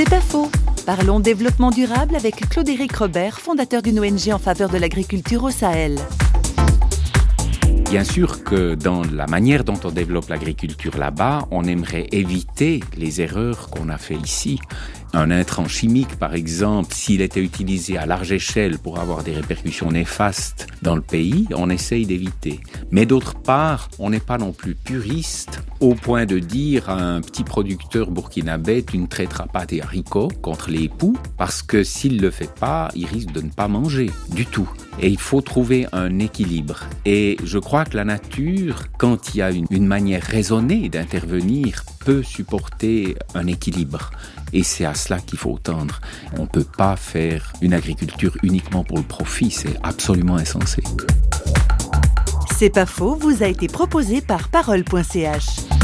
C'est pas faux. Parlons développement durable avec Claude-Éric Robert, fondateur d'une ONG en faveur de l'agriculture au Sahel. Bien sûr que dans la manière dont on développe l'agriculture là-bas, on aimerait éviter les erreurs qu'on a fait ici. Un intrant chimique, par exemple, s'il était utilisé à large échelle pour avoir des répercussions néfastes dans le pays, on essaye d'éviter. Mais d'autre part, on n'est pas non plus puriste au point de dire à un petit producteur burkinabé, tu ne traiteras pas tes haricots contre les poux, parce que s'il ne le fait pas, il risque de ne pas manger du tout. Et il faut trouver un équilibre. Et je crois que la nature, quand il y a une manière raisonnée d'intervenir, peut supporter un équilibre. Et c'est à cela qu'il faut tendre. On ne peut pas faire une agriculture uniquement pour le profit, c'est absolument insensé. C'est pas faux, vous a été proposé par parole.ch.